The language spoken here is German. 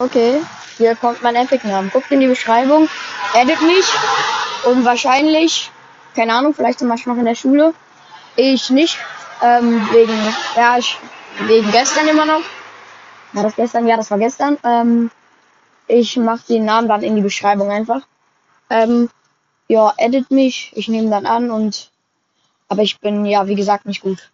Okay, hier kommt mein Epic-Name. Guckt in die Beschreibung, edit mich und wahrscheinlich, keine Ahnung, vielleicht zum Beispiel noch in der Schule. Ich nicht, wegen gestern immer noch. War das gestern? Ja, das war gestern. Ich mache den Namen dann in die Beschreibung einfach. Ja, edit mich, ich nehme dann an aber ich bin ja, wie gesagt, nicht gut.